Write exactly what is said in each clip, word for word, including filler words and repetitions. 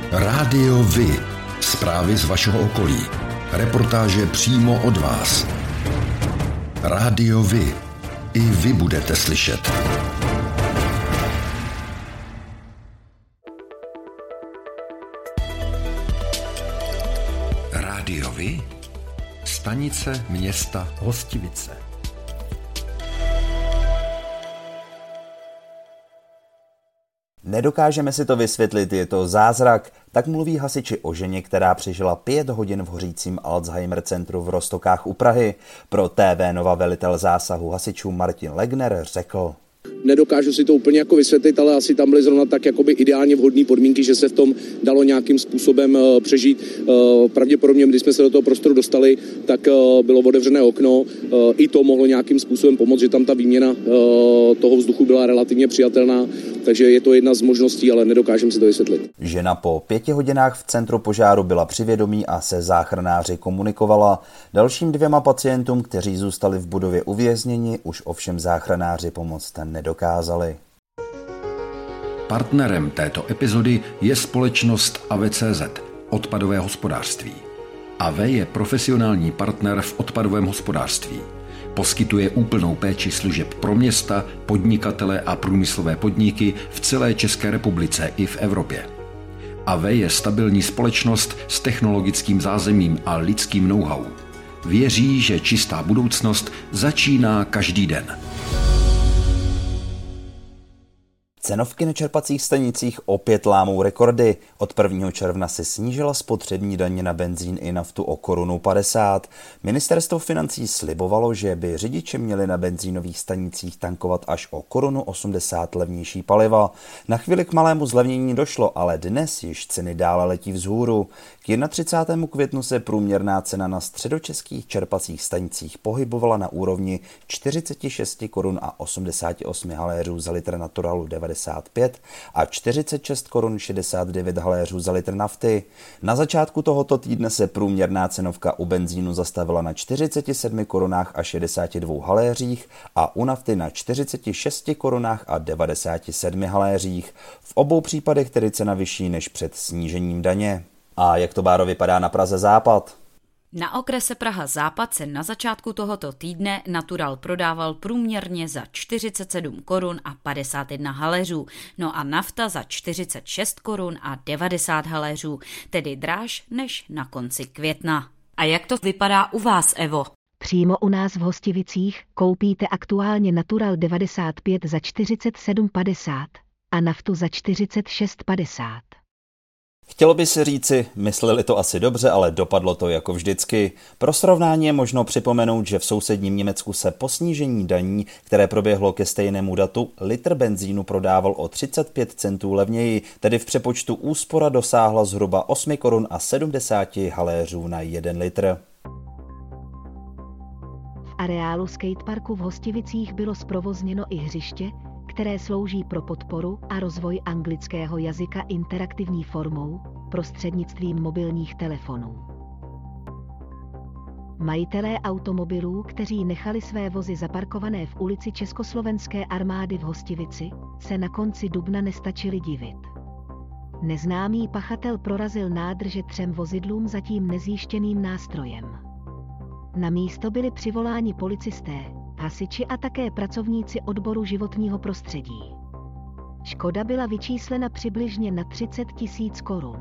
Rádio Vy. Zprávy z vašeho okolí. Reportáže přímo od vás. Rádio Vy. I vy budete slyšet. Rádio Vy. Stanice města Hostivice. Nedokážeme si to vysvětlit, je to zázrak, tak mluví hasiči o ženě, která přežila pět hodin v hořícím Alzheimer centru v Roztokách u Prahy. Pro T V Nova velitel zásahu hasičů Martin Legner řekl: Nedokážu si to úplně jako vysvětlit, ale asi tam byly zrovna tak jakoby ideálně vhodné podmínky, že se v tom dalo nějakým způsobem uh, přežít. Uh, pravděpodobně, když jsme se do toho prostoru dostali, tak uh, bylo otevřené okno. Uh, I to mohlo nějakým způsobem pomoct, že tam ta výměna uh, toho vzduchu byla relativně přijatelná, takže je to jedna z možností, ale nedokážem si to vysvětlit. Žena po pěti hodinách v centru požáru byla při vědomí a se záchranáři komunikovala. Dalším dvěma pacientům, kteří zůstali v budově uvězněni, už ovšem záchranáři pomoct nedokázali. Partnerem této epizody je společnost A V tečka cé zet, odpadové hospodářství. A V je profesionální partner v odpadovém hospodářství. Poskytuje úplnou péči služeb pro města, podnikatele a průmyslové podniky v celé České republice i v Evropě. A V je stabilní společnost s technologickým zázemím a lidským know-how. Věří, že čistá budoucnost začíná každý den. Cenovky na čerpacích stanicích opět lámou rekordy. Od prvního června se snížila spotřební daň na benzín i naftu o korunu padesát. Ministerstvo financí slibovalo, že by řidiči měli na benzínových stanicích tankovat až o korunu osmdesát levnější paliva. Na chvíli k malému zlevnění došlo, ale dnes již ceny dále letí vzhůru. K třicátému prvnímu květnu se průměrná cena na středočeských čerpacích stanicích pohybovala na úrovni čtyřicet šest korun a osmdesát osm haléřů za litr naturalu devadesát pět a čtyřicet šest korun šedesát devět haléřů za litr nafty. Na začátku tohoto týdne se průměrná cenovka u benzínu zastavila na čtyřicet sedm korunách a šedesáti dvou haléřích a u nafty na čtyřicet šest korunách a devadesáti sedmi haléřích. V obou případech tedy cena vyšší než před snížením daně. A jak to, Báro, vypadá na Praze Západ? Na okrese Praha Západ se na začátku tohoto týdne natural prodával průměrně za čtyřicet sedm korun a padesát jedna haléřů, no a nafta za čtyřicet šest korun a devadesát haléřů, tedy dráž než na konci května. A jak to vypadá u vás, Evo? Přímo u nás v Hostivicích koupíte aktuálně natural devadesát pět za čtyřicet sedm padesát a naftu za čtyřicet šest padesát. Chtělo by si říci, mysleli to asi dobře, ale dopadlo to jako vždycky. Pro srovnání je možno připomenout, že v sousedním Německu se po snížení daní, které proběhlo ke stejnému datu, litr benzínu prodával o třicet pět centů levněji, tedy v přepočtu úspora dosáhla zhruba osm korun a sedmdesát haléřů na jeden litr. V areálu skateparku v Hostivicích bylo zprovozněno i hřiště, které slouží pro podporu a rozvoj anglického jazyka interaktivní formou prostřednictvím mobilních telefonů. Majitelé automobilů, kteří nechali své vozy zaparkované v ulici Československé armády v Hostivici, se na konci dubna nestačili divit. Neznámý pachatel prorazil nádrže třem vozidlům zatím nezjištěným nástrojem. Na místo byli přivoláni policisté, hasiči a také pracovníci odboru životního prostředí. Škoda byla vyčíslena přibližně na třicet tisíc korun.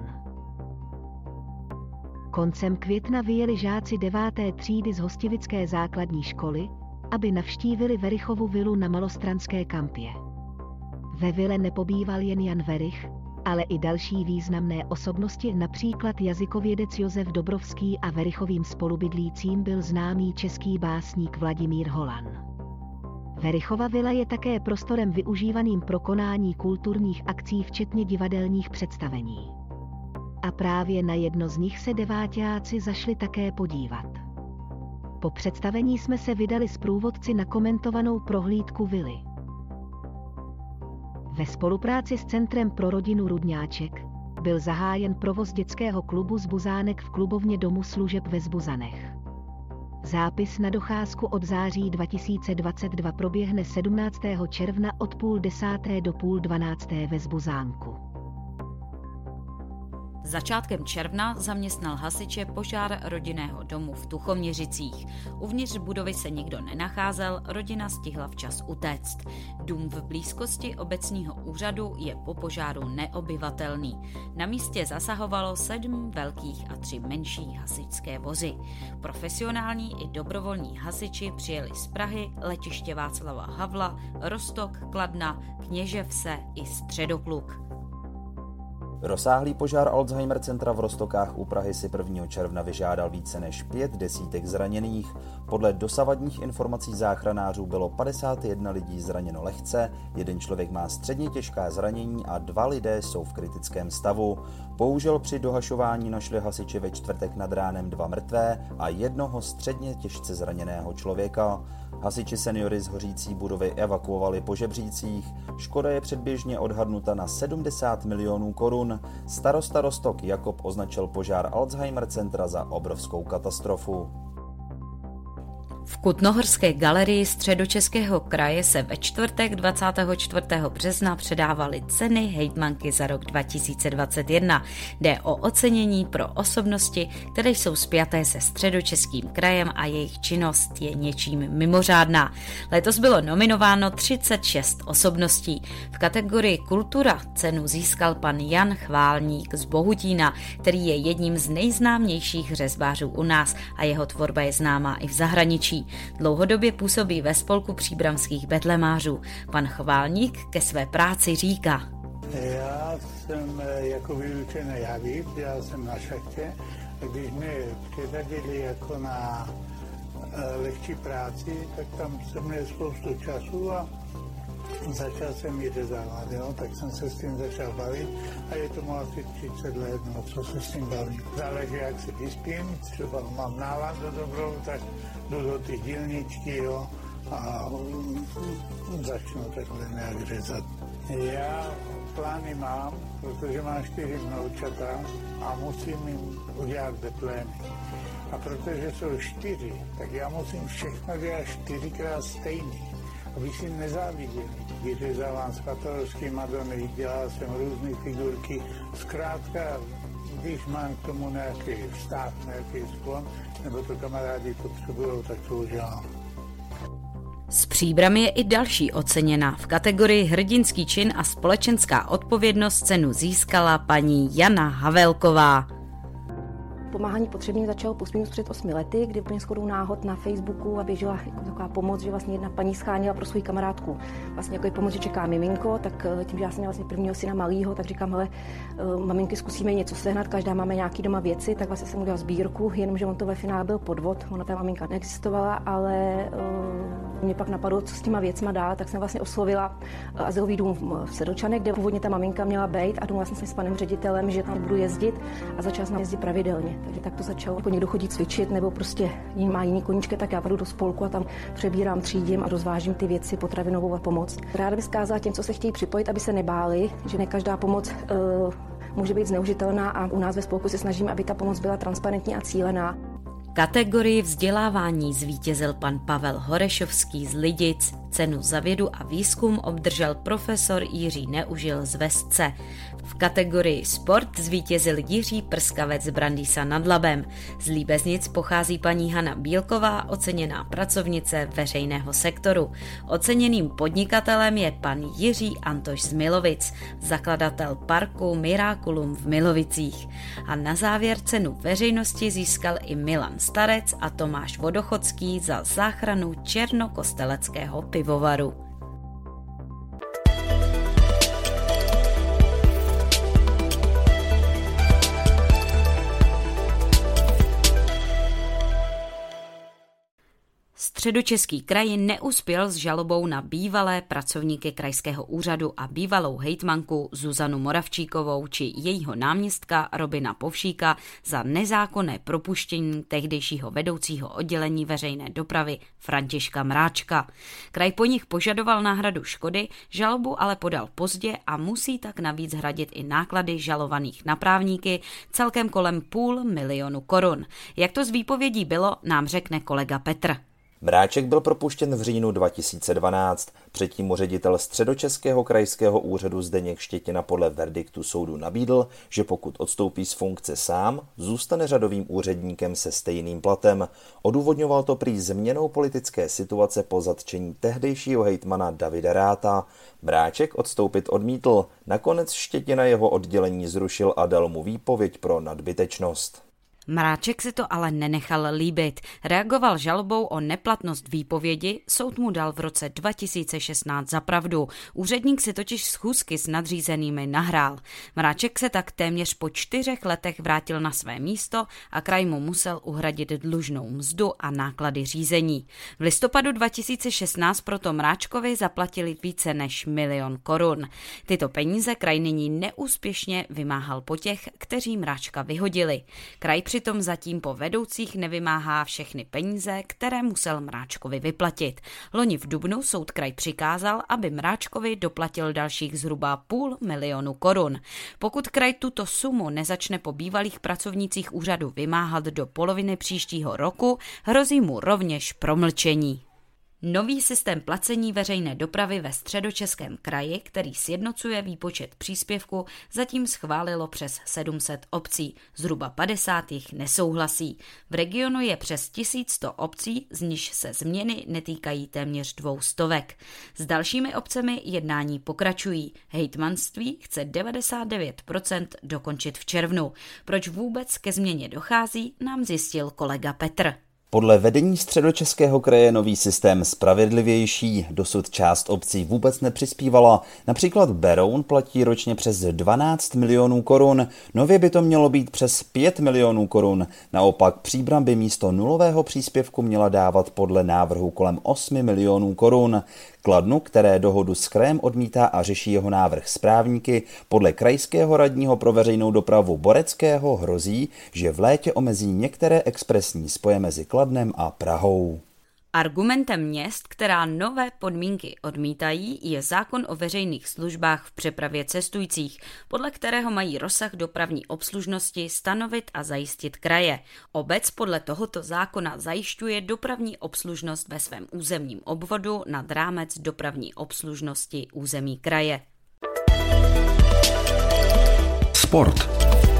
Koncem května vyjeli žáci deváté třídy z hostivické základní školy, aby navštívili Verichovu vilu na Malostranské kampě. Ve vile nepobýval jen Jan Verich, ale i další významné osobnosti, například jazykovědec Josef Dobrovský a Verichovým spolubydlícím byl známý český básník Vladimír Holan. Verichova vila je také prostorem využívaným pro konání kulturních akcí včetně divadelních představení. A právě na jedno z nich se deváťáci zašli také podívat. Po představení jsme se vydali s průvodci na komentovanou prohlídku vily. Ve spolupráci s Centrem pro rodinu Rudňáček byl zahájen provoz dětského klubu Zbuzánek v klubovně Domu služeb ve Zbuzanech. Zápis na docházku od září dva tisíce dvacet dva proběhne sedmnáctého června od půl desáté do půl dvanácté ve Zbuzánku. Začátkem června zaměstnal hasiče požár rodinného domu v Tuchoměřicích. Uvnitř budovy se nikdo nenacházel, rodina stihla včas utéct. Dům v blízkosti obecního úřadu je po požáru neobyvatelný. Na místě zasahovalo sedm velkých a tři menší hasičské vozy. Profesionální i dobrovolní hasiči přijeli z Prahy, letiště Václava Havla, Roztok, Kladna, Kněževce i Středokluk. Rozsáhlý požár Alzheimer centra v Roztokách u Prahy si prvního června vyžádal více než pět desítek zraněných. Podle dosavadních informací záchranářů bylo padesát jedna lidí zraněno lehce, jeden člověk má středně těžká zranění a dva lidé jsou v kritickém stavu. Bohužel při dohašování našli hasiči ve čtvrtek nad ránem dva mrtvé a jednoho středně těžce zraněného člověka. Hasiči seniory z hořící budovy evakuovali po žebřících. Škoda je předběžně odhadnuta na sedmdesát milionů korun. Starosta Roztok Jakob označil požár Alzheimer centra za obrovskou katastrofu. V Kutnohorské galerii Středočeského kraje se ve čtvrtek dvacátého čtvrtého března předávaly ceny hejtmanky za rok dva tisíce dvacet jedna. Jde o ocenění pro osobnosti, které jsou spjaté se Středočeským krajem a jejich činnost je něčím mimořádná. Letos bylo nominováno třicet šest osobností. V kategorii Kultura cenu získal pan Jan Chválník z Bohutína, který je jedním z nejznámějších řezbářů u nás a jeho tvorba je známá i v zahraničí. Dlouhodobě působí ve spolku příbramských betlemářů. Pan Chválník ke své práci říká: Já jsem jako vyučený havit, já jsem na šachtě. Když mě předadili jako na lehčí práci, tak tam jsem měl spoustu času a začal jsem ji řezávat, jo? Tak jsem se s tím začal bavit a je tomu asi třicet let, no, co se s tím bavím. Záleží, jak se vyspím, třeba mám náladu dobrou, tak jdu do ty dílničky, jo, a začnu takhle nějak řezat. Já plány mám, protože mám čtyři vnoučata a musím jim udělat beplény. A protože jsou čtyři, tak já musím všechno dělat čtyřikrát stejný, aby si nezáviděli. Vyřezávám spatorovský Madony, dělal jsem různé figurky. Zkrátka, když mám k tomu nějaký vztah, nějaký sklon, nebo to kamarádi potřebují, tak to udělám. Z Příbramy je i další oceněna. V kategorii Hrdinský čin a společenská odpovědnost cenu získala paní Jana Havelková. Pomáhání potřebným začalo plus minus před osmi lety, kdy úplně shodou náhod na Facebooku a běžela jako taková pomoc, že vlastně jedna paní schánila pro svou kamarádku vlastně jako pomoc, že čeká miminko, tak tím, že já jsem měla vlastně prvního syna malýho, tak říkám, hele, maminky, zkusíme něco sehnat, každá máme nějaký doma věci, tak vlastně jsem udělala sbírku, jenomže on to ve finále byl podvod, ona ta maminka neexistovala, ale uh, mě pak napadlo, co s těma věcma dál, tak jsem vlastně oslovila azylový dům v Sedlčanech, kde původně ta maminka měla být a domluvila jsem se s panem ředitelem, že tam budu jezdit a začala jsem jezdit pravidelně. Takže tak to začalo, jako někdo chodí cvičit, nebo prostě má jiný koníčky, tak já půjdu do spolku a tam přebírám, třídím a rozvážím ty věci, potravinovou a pomoc. Ráda bych zkázala těm, co se chtějí připojit, aby se nebáli, že ne každá pomoc uh, může být zneužitelná a u nás ve spolku se snažíme, aby ta pomoc byla transparentní a cílená. Kategorii vzdělávání zvítězil pan Pavel Horešovský z Lidic. Cenu za vědu a výzkum obdržel profesor Jiří Neužil z Vesce. V kategorii sport zvítězil Jiří Prskavec z Brandýsa nad Labem. Z Líbeznic pochází paní Hana Bílková, oceněná pracovnice veřejného sektoru. Oceněným podnikatelem je pan Jiří Antoš z Milovic, zakladatel parku Miraculum v Milovicích. A na závěr cenu veřejnosti získal i Milan Starec a Tomáš Vodochodský za záchranu černokosteleckého pivovaru. Středočeský kraj neuspěl s žalobou na bývalé pracovníky krajského úřadu a bývalou hejtmanku Zuzanu Moravčíkovou či jejího náměstka Robina Povšíka za nezákonné propuštění tehdejšího vedoucího oddělení veřejné dopravy Františka Mráčka. Kraj po nich požadoval náhradu škody, žalobu ale podal pozdě a musí tak navíc hradit i náklady žalovaných na právníky, celkem kolem půl milionu korun. Jak to z výpovědí bylo, nám řekne kolega Petr. Mráček byl propuštěn v říjnu dva tisíce dvanáct. Předtím mu ředitel Středočeského krajského úřadu Zdeněk Štětina podle verdiktu soudu nabídl, že pokud odstoupí z funkce sám, zůstane řadovým úředníkem se stejným platem. Odůvodňoval to prý změnou politické situace po zatčení tehdejšího hejtmana Davida Ratha. Mráček odstoupit odmítl. Nakonec Štětina jeho oddělení zrušil a dal mu výpověď pro nadbytečnost. Mráček si to ale nenechal líbit. Reagoval žalobou o neplatnost výpovědi, soud mu dal v roce dva tisíce šestnáct za pravdu. Úředník si totiž schůzky s nadřízenými nahrál. Mráček se tak téměř po čtyřech letech vrátil na své místo a kraj mu musel uhradit dlužnou mzdu a náklady řízení. V listopadu dva tisíce šestnáct proto Mráčkovi zaplatili více než milion korun. Tyto peníze kraj nyní neúspěšně vymáhal po těch, kteří Mráčka vyhodili. Kraj Přitom zatím po vedoucích nevymáhá všechny peníze, které musel Mráčkovi vyplatit. Loni v dubnu soud kraj přikázal, aby Mráčkovi doplatil dalších zhruba půl milionu korun. Pokud kraj tuto sumu nezačne po bývalých pracovnících úřadu vymáhat do poloviny příštího roku, hrozí mu rovněž promlčení. Nový systém placení veřejné dopravy ve Středočeském kraji, který sjednocuje výpočet příspěvku, zatím schválilo přes sedm set obcí, zhruba padesát jich nesouhlasí. V regionu je přes tisíc sto obcí, z nichž se změny netýkají téměř dvou stovek. S dalšími obcemi jednání pokračují. Hejtmanství chce devadesát devět procent dokončit v červnu. Proč vůbec ke změně dochází, nám zjistil kolega Petr. Podle vedení Středočeského kraje je nový systém spravedlivější. Dosud část obcí vůbec nepřispívala. Například Beroun platí ročně přes dvanáct milionů korun. Nově by to mělo být přes pět milionů korun. Naopak Příbram by místo nulového příspěvku měla dávat podle návrhu kolem osm milionů korun. Kladno, které dohodu s krajem odmítá a řeší jeho návrh správníky, podle krajského radního pro veřejnou dopravu Boreckého hrozí, že v létě omezí některé expresní spoje mezi Kladnem a Prahou. Argumentem měst, která nové podmínky odmítají, je zákon o veřejných službách v přepravě cestujících, podle kterého mají rozsah dopravní obslužnosti stanovit a zajistit kraje. Obec podle tohoto zákona zajišťuje dopravní obslužnost ve svém územním obvodu nad rámec dopravní obslužnosti území kraje. Sport.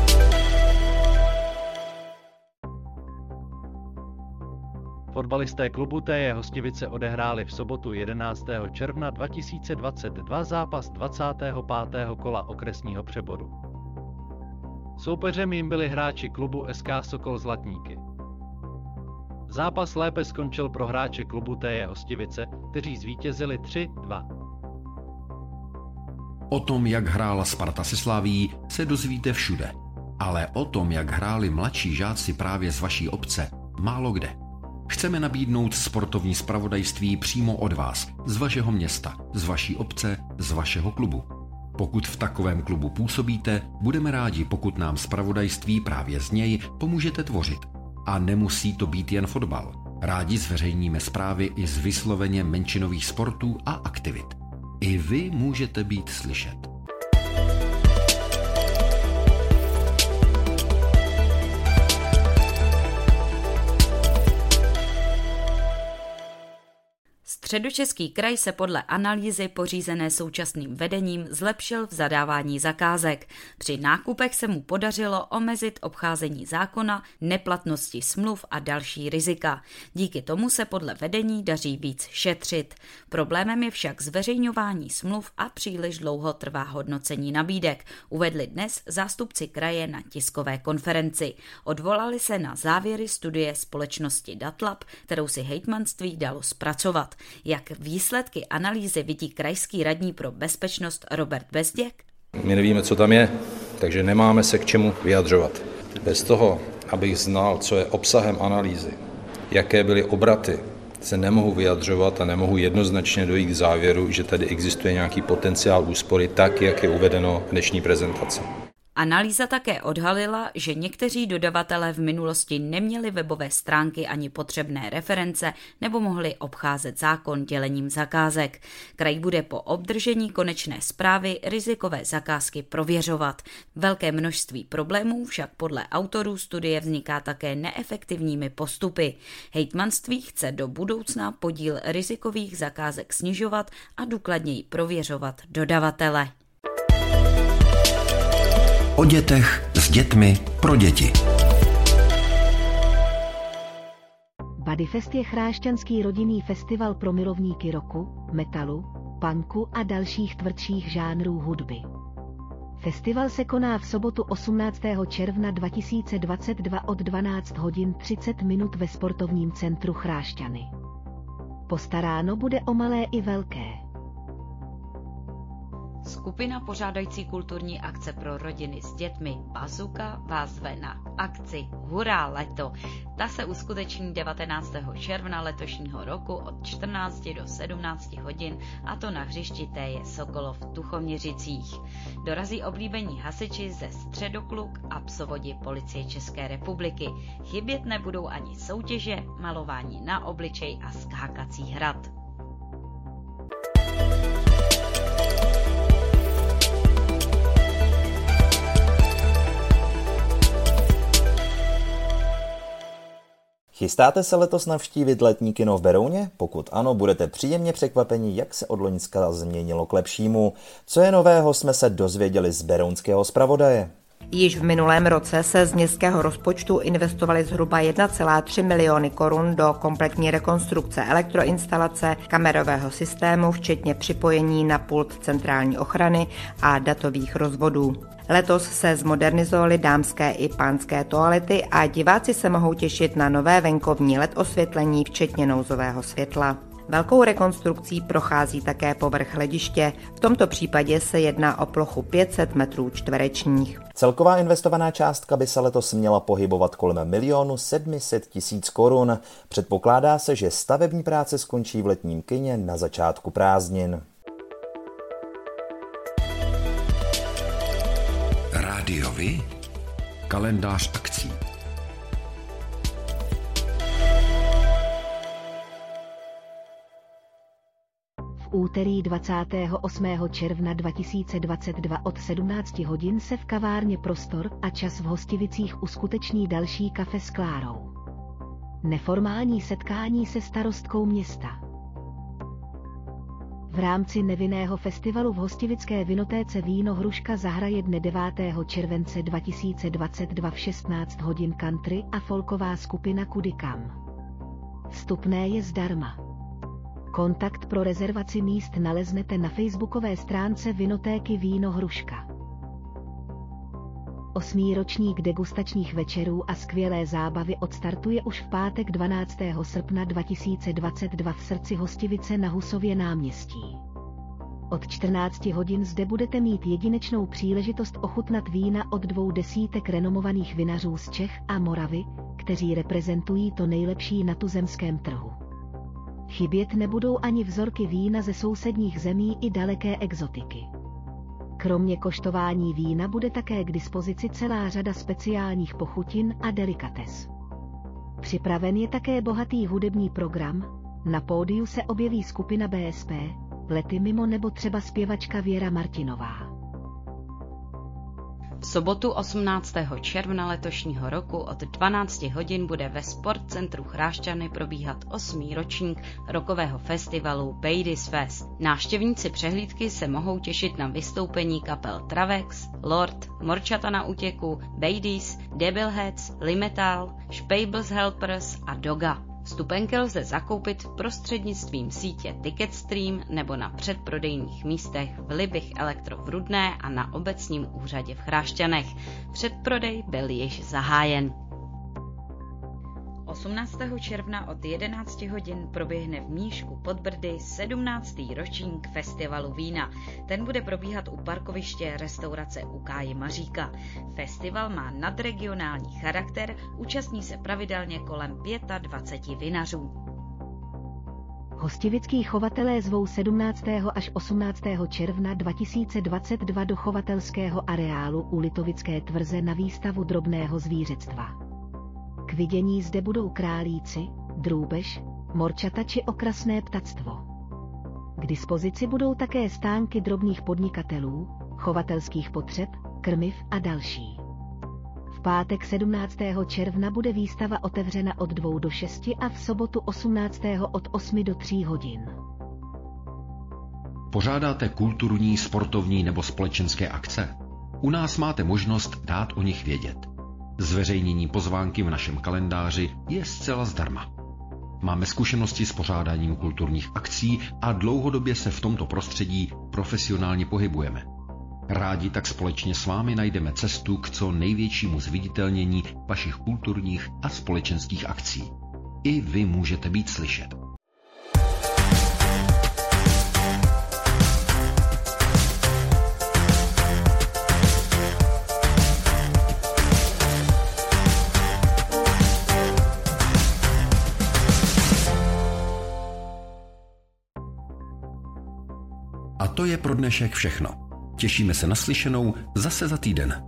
Fotbalisté klubu T J Hostivice odehráli v sobotu jedenáctého června dva tisíce dvacet dva zápas dvacátého pátého kola okresního přeboru. Soupeřem jim byli hráči klubu S K Sokol Zlatníky. Zápas lépe skončil pro hráče klubu T J Hostivice, kteří zvítězili tři dva. O tom, jak hrála Sparta se Slavií, se dozvíte všude. Ale o tom, jak hráli mladší žáci právě z vaší obce, málo kde. Chceme nabídnout sportovní zpravodajství přímo od vás, z vašeho města, z vaší obce, z vašeho klubu. Pokud v takovém klubu působíte, budeme rádi, pokud nám zpravodajství právě z něj pomůžete tvořit. A nemusí to být jen fotbal. Rádi zveřejníme zprávy i z vysloveně menšinových sportů a aktivit. I vy můžete být slyšet. Středočeský kraj se podle analýzy pořízené současným vedením zlepšil v zadávání zakázek. Při nákupech se mu podařilo omezit obcházení zákona, neplatnosti smluv a další rizika. Díky tomu se podle vedení daří víc šetřit. Problémem je však zveřejňování smluv a příliš dlouho trvá hodnocení nabídek, uvedli dnes zástupci kraje na tiskové konferenci. Odvolali se na závěry studie společnosti Datlab, kterou si hejtmanství dalo zpracovat. Jak výsledky analýzy vidí krajský radní pro bezpečnost Robert Bezděk? My nevíme, co tam je, takže nemáme se k čemu vyjadřovat. Bez toho, abych znal, co je obsahem analýzy, jaké byly obraty, se nemohu vyjadřovat a nemohu jednoznačně dojít k závěru, že tady existuje nějaký potenciál úspory tak, jak je uvedeno v dnešní prezentaci. Analýza také odhalila, že někteří dodavatelé v minulosti neměli webové stránky ani potřebné reference nebo mohli obcházet zákon dělením zakázek. Kraj bude po obdržení konečné zprávy rizikové zakázky prověřovat. Velké množství problémů však podle autorů studie vzniká také neefektivními postupy. Hejtmanství chce do budoucna podíl rizikových zakázek snižovat a důkladněji prověřovat dodavatele. O dětech s dětmi pro děti. Bodyfest je chrášťanský rodinný festival pro milovníky rocku, metalu, punku a dalších tvrdších žánrů hudby. Festival se koná v sobotu osmnáctého června dva tisíce dvacet dva od dvanáct hodin třicet minut ve sportovním centru Chrášťany. Postaráno bude o malé i velké. Skupina pořádající kulturní akce pro rodiny s dětmi Bazooka vás zve na akci Hurá leto. Ta se uskuteční devatenáctého června letošního roku od čtrnácti do sedmnácti hodin, a to na hřišti Téje Sokolov v Tuchoměřicích. Dorazí oblíbení hasiči ze Středokluk a psovodi Policie České republiky. Chybět nebudou ani soutěže, malování na obličej a skákací hrad. Chystáte se letos navštívit letní kino v Berouně? Pokud ano, budete příjemně překvapeni, jak se od loňska změnilo k lepšímu. Co je nového, jsme se dozvěděli z berounského zpravodaje. Již v minulém roce se z městského rozpočtu investovaly zhruba jedna celá tři miliony korun do kompletní rekonstrukce elektroinstalace, kamerového systému, včetně připojení na pult centrální ochrany a datových rozvodů. Letos se zmodernizovaly dámské i pánské toalety a diváci se mohou těšit na nové venkovní el é dé osvětlení, včetně nouzového světla. Velkou rekonstrukcí prochází také povrch hlediště. V tomto případě se jedná o plochu pět set metrů čtverečních. Celková investovaná částka by se letos měla pohybovat kolem milionu sedm set tisíc korun. Předpokládá se, že stavební práce skončí v letním kině na začátku prázdnin. Rádiovi? Kalendář akcí. V úterý dvacátého osmého června dva tisíce dvacet dva od sedmnácti hodin se v kavárně Prostor a čas v Hostivicích uskuteční další kafe s Klárou. Neformální setkání se starostkou města. V rámci nevinného festivalu v hostivické vinotéce Víno Hruška zahraje dne devátého července dva tisíce dvacet dva v šestnáct hodin country a folková skupina Kudy kam. Vstupné je zdarma. Kontakt pro rezervaci míst naleznete na facebookové stránce vinotéky Víno Hruška. Osmý ročník degustačních večerů a skvělé zábavy odstartuje už v pátek dvanáctého srpna dva tisíce dvacet dva v srdci Hostivice na Husově náměstí. Od čtrnácti hodin zde budete mít jedinečnou příležitost ochutnat vína od dvou desítek renomovaných vinařů z Čech a Moravy, kteří reprezentují to nejlepší na tuzemském trhu. Chybět nebudou ani vzorky vína ze sousedních zemí i daleké exotiky. Kromě koštování vína bude také k dispozici celá řada speciálních pochutin a delikates. Připraven je také bohatý hudební program, na pódiu se objeví skupina bé es pé, Lety mimo nebo třeba zpěvačka Věra Martinová. V sobotu osmnáctého června letošního roku od dvanácti hodin bude ve Sportcentru Chrášťany probíhat osmý ročník rokového festivalu Bejdies Fest. Návštěvníci přehlídky se mohou těšit na vystoupení kapel Travex, Lord, Morčata na útěku, Bejdies, Debilheads, Limetal, Špejbls Helpers a Doga. Vstupenky lze zakoupit prostřednictvím sítě Ticketstream nebo na předprodejních místech v Libich Elektro v Rudné a na obecním úřadě v Chrášťanech. Předprodej byl již zahájen. osmnáctého června od jedenácti hodin proběhne v Mníšku pod Brdy sedmnáctý ročník festivalu vína. Ten bude probíhat u parkoviště restaurace U Káji Maříka. Festival má nadregionální charakter, účastní se pravidelně kolem dvacet pět vinařů. Hostivický chovatelé zvou sedmnáctého až osmnáctého června dva tisíce dvacet dva do chovatelského areálu u Litovické tvrze na výstavu drobného zvířectva. K vidění zde budou králíci, drůbež, morčata či okrasné ptactvo. K dispozici budou také stánky drobných podnikatelů, chovatelských potřeb, krmiv a další. V pátek sedmnáctého června bude výstava otevřena od dvou do šesti a v sobotu osmnáctého od osmi do tří hodin. Pořádáte kulturní, sportovní nebo společenské akce? U nás máte možnost dát o nich vědět. Zveřejnění pozvánky v našem kalendáři je zcela zdarma. Máme zkušenosti s pořádáním kulturních akcí a dlouhodobě se v tomto prostředí profesionálně pohybujeme. Rádi tak společně s vámi najdeme cestu k co největšímu zviditelnění vašich kulturních a společenských akcí. I vy můžete být slyšet. A to je pro dnešek všechno. Těšíme se na slyšenou zase za týden.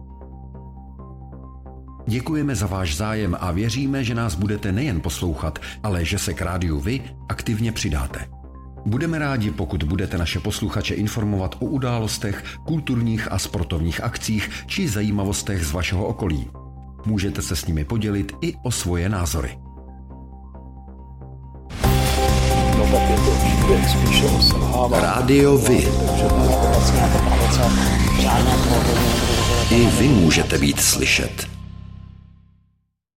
Děkujeme za váš zájem a věříme, že nás budete nejen poslouchat, ale že se k rádiu Vy aktivně přidáte. Budeme rádi, pokud budete naše posluchače informovat o událostech, kulturních a sportovních akcích či zajímavostech z vašeho okolí. Můžete se s nimi podělit i o svoje názory. Rádio Vy. I vy můžete být slyšet.